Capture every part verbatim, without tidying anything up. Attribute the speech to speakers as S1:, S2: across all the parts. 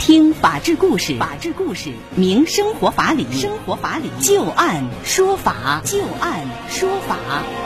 S1: 听法治故事，法治故事，明生活法理，生活法理，就案说法，就案说法。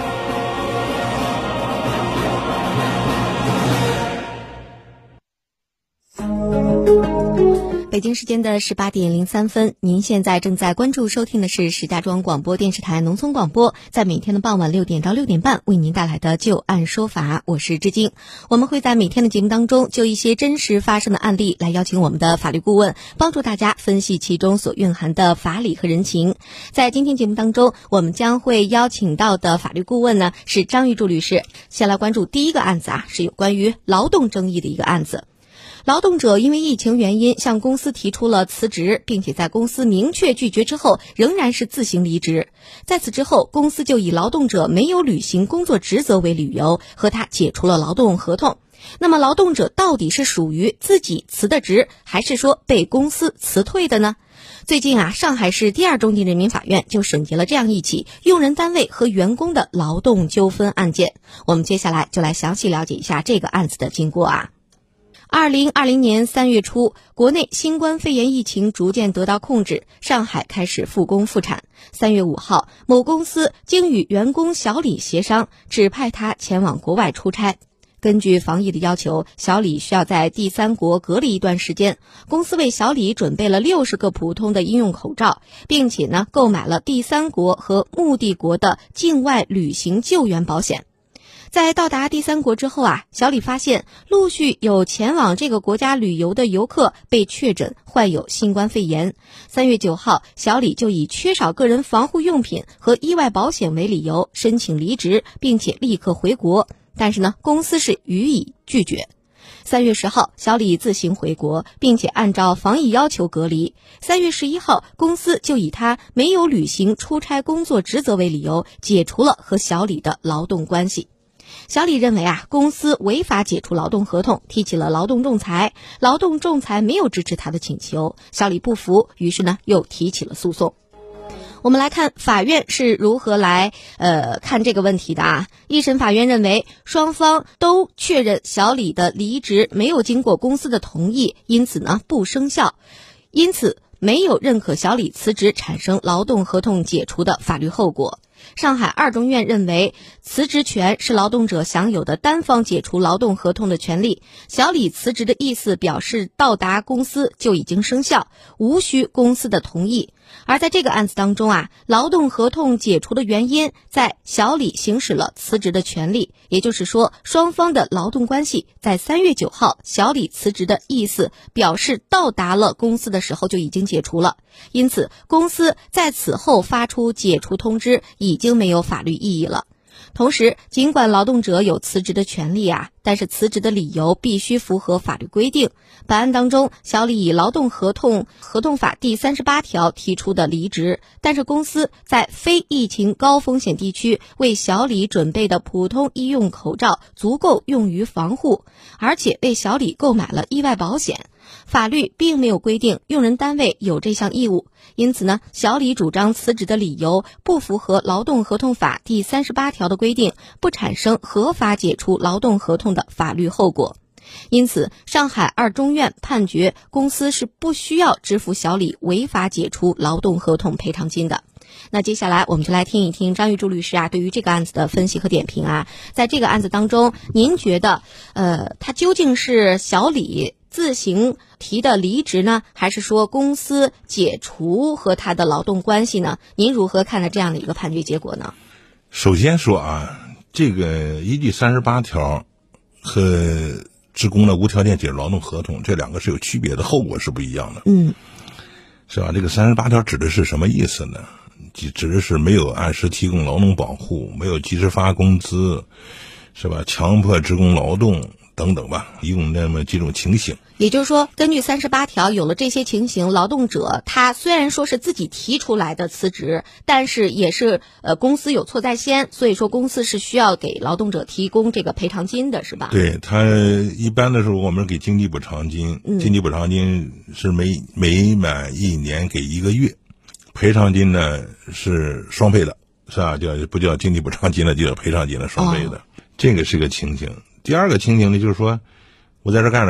S2: 北京时间的十八点零三分，您现在正在关注收听的是石家庄广播电视台农村广播，在每天的傍晚六点到六点半为您带来的就案说法，我是知晶。我们会在每天的节目当中就一些真实发生的案例来邀请我们的法律顾问帮助大家分析其中所蕴含的法理和人情。在今天节目当中，我们将会邀请到的法律顾问呢是张玉柱律师。先来关注第一个案子啊，是有关于劳动争议的一个案子。劳动者因为疫情原因向公司提出了辞职，并且在公司明确拒绝之后仍然是自行离职。在此之后，公司就以劳动者没有履行工作职责为理由和他解除了劳动合同。那么劳动者到底是属于自己辞的职，还是说被公司辞退的呢？最近啊，上海市第二中级人民法院就审结了这样一起用人单位和员工的劳动纠纷案件。我们接下来就来详细了解一下这个案子的经过啊。二零二零年三月初，国内新冠肺炎疫情逐渐得到控制，上海开始复工复产。三月五号，某公司经与员工小李协商，指派他前往国外出差。根据防疫的要求，小李需要在第三国隔离一段时间。公司为小李准备了六十个普通的医用口罩，并且呢，购买了第三国和目的国的境外旅行救援保险。在到达第三国之后啊，小李发现陆续有前往这个国家旅游的游客被确诊患有新冠肺炎。三月九号，小李就以缺少个人防护用品和意外保险为理由申请离职，并且立刻回国。但是呢，公司是予以拒绝。三月十号，小李自行回国，并且按照防疫要求隔离。三月十一号，公司就以他没有履行出差工作职责为理由，解除了和小李的劳动关系。小李认为啊，公司违法解除劳动合同，提起了劳动仲裁，劳动仲裁没有支持他的请求，小李不服，于是呢又提起了诉讼。我们来看法院是如何来呃看这个问题的啊。一审法院认为，双方都确认小李的离职没有经过公司的同意，因此呢不生效，因此没有认可小李辞职产生劳动合同解除的法律后果。上海二中院认为，辞职权是劳动者享有的单方解除劳动合同的权利，小李辞职的意思表示到达公司就已经生效，无需公司的同意。而在这个案子当中啊，劳动合同解除的原因在小李行使了辞职的权利，也就是说，双方的劳动关系在三月九号小李辞职的意思表示到达了公司的时候就已经解除了，因此公司在此后发出解除通知已经没有法律意义了。同时，尽管劳动者有辞职的权利啊，但是辞职的理由必须符合法律规定。本案当中，小李以劳动合同合同法第三十八条提出的离职，但是公司在非疫情高风险地区为小李准备的普通医用口罩足够用于防护，而且为小李购买了意外保险。法律并没有规定用人单位有这项义务，因此呢，小李主张辞职的理由不符合劳动合同法第三十八条的规定，不产生合法解除劳动合同的法律后果。因此，上海二中院判决公司是不需要支付小李违法解除劳动合同赔偿金的。那接下来我们就来听一听张玉柱律师啊对于这个案子的分析和点评啊。在这个案子当中，您觉得呃，他究竟是小李自行提的离职呢，还是说公司解除和他的劳动关系呢？您如何看待这样的一个判决结果呢？
S3: 首先说啊，这个依据三十八条和职工的无条件解除劳动合同，这两个是有区别的，后果是不一样的。
S2: 嗯，
S3: 是吧？这个三十八条指的是什么意思呢？指的是没有按时提供劳动保护，没有及时发工资，是吧？强迫职工劳动等等吧，一共那么几种情形。
S2: 也就是说，根据三十八条，有了这些情形，劳动者他虽然说是自己提出来的辞职，但是也是呃公司有错在先，所以说公司是需要给劳动者提供这个赔偿金的，是吧？
S3: 对，他一般的时候我们给经济补偿金，
S2: 嗯、
S3: 经济补偿金是每每满一年给一个月，赔偿金呢是双倍的，是吧？叫不叫经济补偿金了，就叫赔偿金了，双倍的。哦、这个是个情形。第二个情形呢，就是说我在这干着干，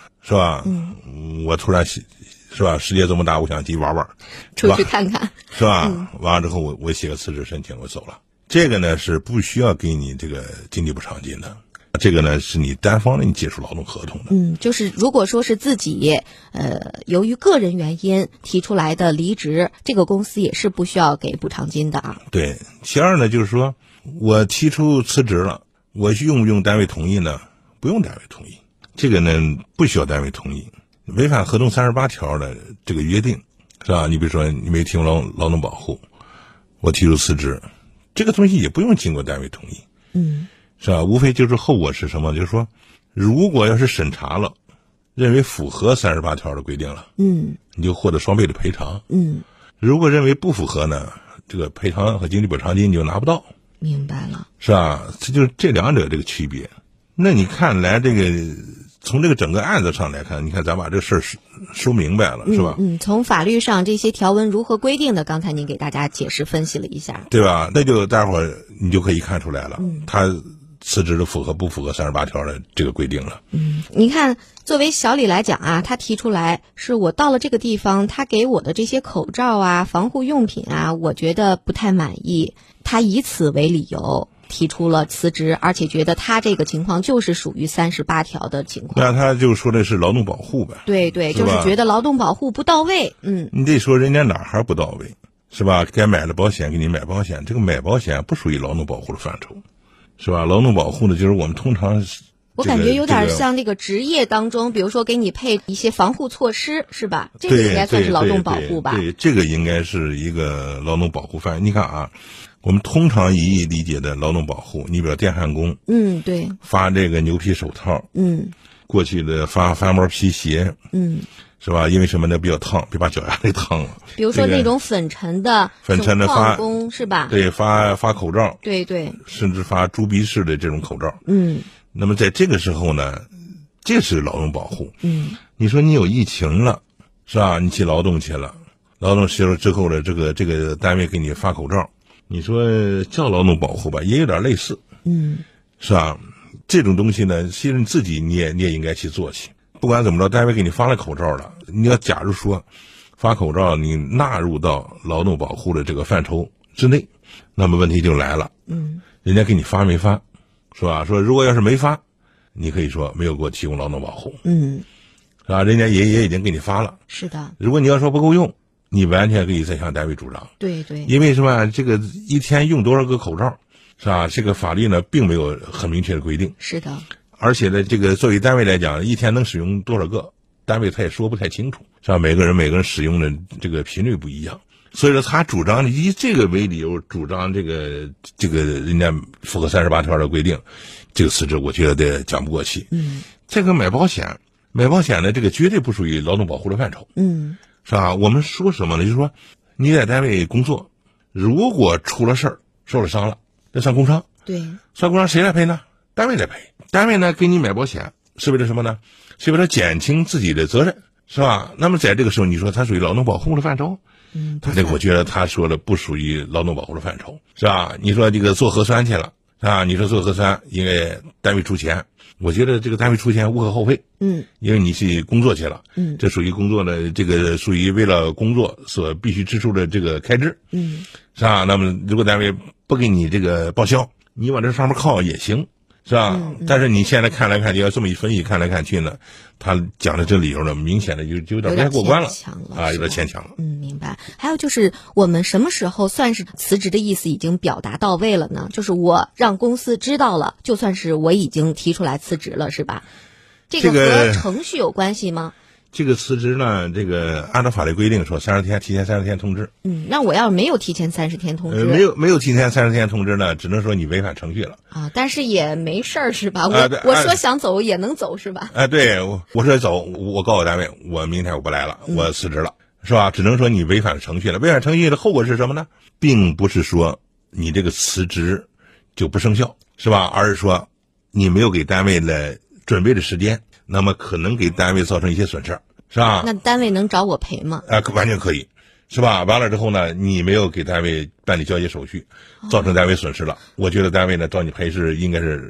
S3: 是吧？
S2: 嗯，
S3: 我突然是吧？世界这么大，我想去玩玩，
S2: 出去看看，
S3: 是吧？
S2: 嗯、
S3: 完了之后，我我写个辞职申请，我走了。这个呢是不需要给你这个经济补偿金的。这个呢是你单方的你解除劳动合同的。
S2: 嗯，就是如果说是自己呃由于个人原因提出来的离职，这个公司也是不需要给补偿金的啊。
S3: 对，其二呢就是说我提出辞职了，我用不用单位同意呢？不用单位同意，这个呢不需要单位同意。违反合同三十八条的这个约定，是吧？你比如说你没提供劳劳动保护，我提出辞职，这个东西也不用经过单位同意。
S2: 嗯。
S3: 是吧？无非就是后果是什么？就是说，如果要是审查了，认为符合三十八条的规定了，
S2: 嗯，
S3: 你就获得双倍的赔偿。
S2: 嗯，
S3: 如果认为不符合呢，这个赔偿和经济补偿金你就拿不到。
S2: 明白了，
S3: 是吧？这就是这两者这个区别。那你看来这个从这个整个案子上来看，你看咱把这事儿说明白了，是吧？
S2: 嗯，从法律上这些条文如何规定的，刚才您给大家解释分析了一下，
S3: 对吧？那就待会儿你就可以看出来了，
S2: 嗯，
S3: 他辞职的符合不符合三十八条的这个规定了。
S2: 嗯，你看作为小李来讲啊，他提出来是我到了这个地方，他给我的这些口罩啊、防护用品啊，我觉得不太满意，他以此为理由提出了辞职，而且觉得他这个情况就是属于三十八条的情况。
S3: 那他就说的是劳动保护呗。
S2: 对对，就是觉得劳动保护不到位。嗯，
S3: 你得说人家哪还不到位，是吧？该买的保险给你买保险，这个买保险不属于劳动保护的范畴，是吧？劳动保护呢，就是我们通常、这个、
S2: 我感觉有点像那个职业当中，比如说给你配一些防护措施，是吧？这个应该算是劳动保护吧？
S3: 对，对对对这个应该是一个劳动保护范围。你看啊。我们通常以理解的劳动保护，你比如电焊工，
S2: 嗯，对，
S3: 发这个牛皮手套，
S2: 嗯，
S3: 过去的发翻毛皮鞋，
S2: 嗯，
S3: 是吧？因为什么呢？比较烫，别把脚丫给烫了。
S2: 比如说那种粉尘的，
S3: 粉尘的发
S2: 工是吧？
S3: 对，发发口罩，
S2: 对对，
S3: 甚至发猪鼻式的这种口罩，
S2: 嗯。
S3: 那么在这个时候呢，这是劳动保护，
S2: 嗯，
S3: 你说你有疫情了，是吧？你去劳动去了，劳动去了之后呢，这个这个单位给你发口罩。你说叫劳动保护吧，也有点类似，
S2: 嗯，
S3: 是吧？这种东西呢，其实你自己你也你也应该去做去。不管怎么着，单位给你发了口罩了，你要假如说发口罩你纳入到劳动保护的这个范畴之内，那么问题就来了，
S2: 嗯，
S3: 人家给你发没发，是吧？说如果要是没发，你可以说没有给我提供劳动保护，
S2: 嗯，
S3: 是吧？人家也也已经给你发了，
S2: 是的。
S3: 如果你要说不够用，你完全可以再向单位主张。
S2: 对对，
S3: 因为什么？这个一天用多少个口罩，是吧？这个法律呢并没有很明确的规定。
S2: 是的。
S3: 而且呢，这个作为单位来讲，一天能使用多少个，单位他也说不太清楚，是吧？每个人每个人使用的这个频率不一样，所以说他主张以这个为理由主张这个这个人家符合三十八条的规定，这个辞职我觉得讲不过去。
S2: 嗯。
S3: 这个买保险，买保险呢，这个绝对不属于劳动保护的范畴。
S2: 嗯。
S3: 是吧？我们说什么呢？就是说，你在单位工作，如果出了事儿，受了伤了，那算工伤。
S2: 对，
S3: 算工伤谁来赔呢？单位来赔。单位呢给你买保险，是为了什么呢？是为了减轻自己的责任，是吧？那么在这个时候，你说它属于劳动保护的范畴？
S2: 嗯，
S3: 他这个我觉得他说的不属于劳动保护的范畴，是吧？你说这个做核酸去了，是吧？你说做核酸，因为单位出钱。我觉得这个单位出钱无可厚非，
S2: 嗯，
S3: 因为你是工作去了，
S2: 嗯，
S3: 这属于工作的这个属于为了工作所必须支出的这个开支，
S2: 嗯，
S3: 是吧？那么如果单位不给你这个报销，你往这上面靠也行，是吧？
S2: 嗯嗯、
S3: 但是你现在看来看去，要这么一分析看来看去呢，他讲的这理由呢，明显的就就有点不太过关了，
S2: 了
S3: 啊，有点牵强了。
S2: 嗯，明白。还有就是我们什么时候算是辞职的意思已经表达到位了呢？就是我让公司知道了，就算是我已经提出来辞职了，是吧？这个和程序有关系吗？
S3: 这个辞职呢，这个按照法律规定说三十天，提前三十天通知。
S2: 嗯，那我要是没有提前三十天通知，
S3: 呃、没有没有提前三十天通知呢，只能说你违反程序了
S2: 啊。但是也没事儿是吧？我、
S3: 啊、
S2: 我说想走也能走是吧？
S3: 哎、啊，对，我我说走，我告诉单位，我明天我不来了，
S2: 嗯、
S3: 我辞职了，是吧？只能说你违反程序了。违反程序的后果是什么呢？并不是说你这个辞职就不生效，是吧？而是说你没有给单位的准备的时间，那么可能给单位造成一些损失。是吧？
S2: 那单位能找我赔吗？
S3: 啊，完全可以，是吧？完了之后呢，你没有给单位办理交接手续，造成单位损失了，哦、我觉得单位呢找你赔是应该是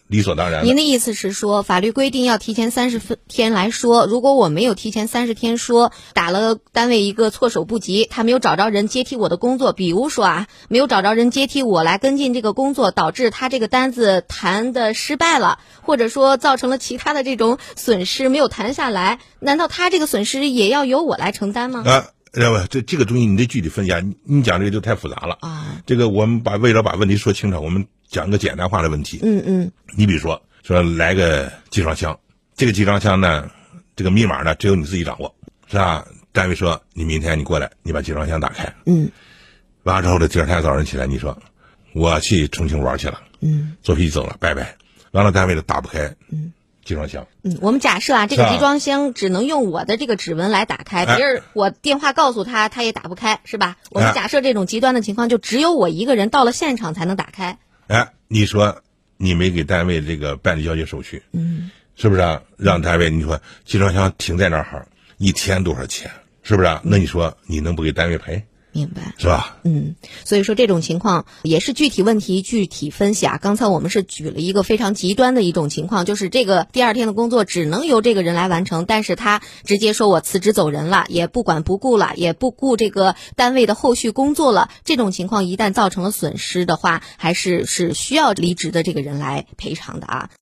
S3: 理所当然的。
S2: 您的意思是说，法律规定要提前三十天来说，如果我没有提前三十天说，打了单位一个措手不及，他没有找着人接替我的工作，比如说啊，没有找着人接替我来跟进这个工作，导致他这个单子谈的失败了，或者说造成了其他的这种损失没有谈下来，难道他这个损失也要由我来承担吗？
S3: 啊，这这个东西你得具体分析啊，你你讲这个就太复杂了
S2: 啊。这
S3: 个我们把为了把问题说清楚，我们讲个简单化的问题。
S2: 嗯嗯。
S3: 你比如说说来个集装箱，这个集装箱呢，这个密码呢只有你自己掌握，是吧？单位说你明天你过来，你把集装箱打开。
S2: 嗯。
S3: 完了之后的第二天早上起来，你说我去重庆玩去了。
S2: 嗯。
S3: 坐飞机走了，拜拜。完了单位的打不开。
S2: 嗯。
S3: 集装箱。
S2: 嗯，我们假设啊，这个集装箱只能用我的这个指纹来打开，别人我电话告诉他，他也打不开，是吧？我们假设这种极端的情况，就只有我一个人到了现场才能打开。
S3: 哎，你说你没给单位这个办理交接手续，
S2: 嗯，
S3: 是不是啊？让单位你说集装箱停在那儿，一天多少钱？是不是啊？那你说你能不给单位赔？
S2: 明白，
S3: 是吧？
S2: 嗯，所以说这种情况也是具体问题具体分析啊。刚才我们是举了一个非常极端的一种情况，就是这个第二天的工作只能由这个人来完成，但是他直接说我辞职走人了，也不管不顾了，也不顾这个单位的后续工作了。这种情况一旦造成了损失的话，还是是需要离职的这个人来赔偿的啊。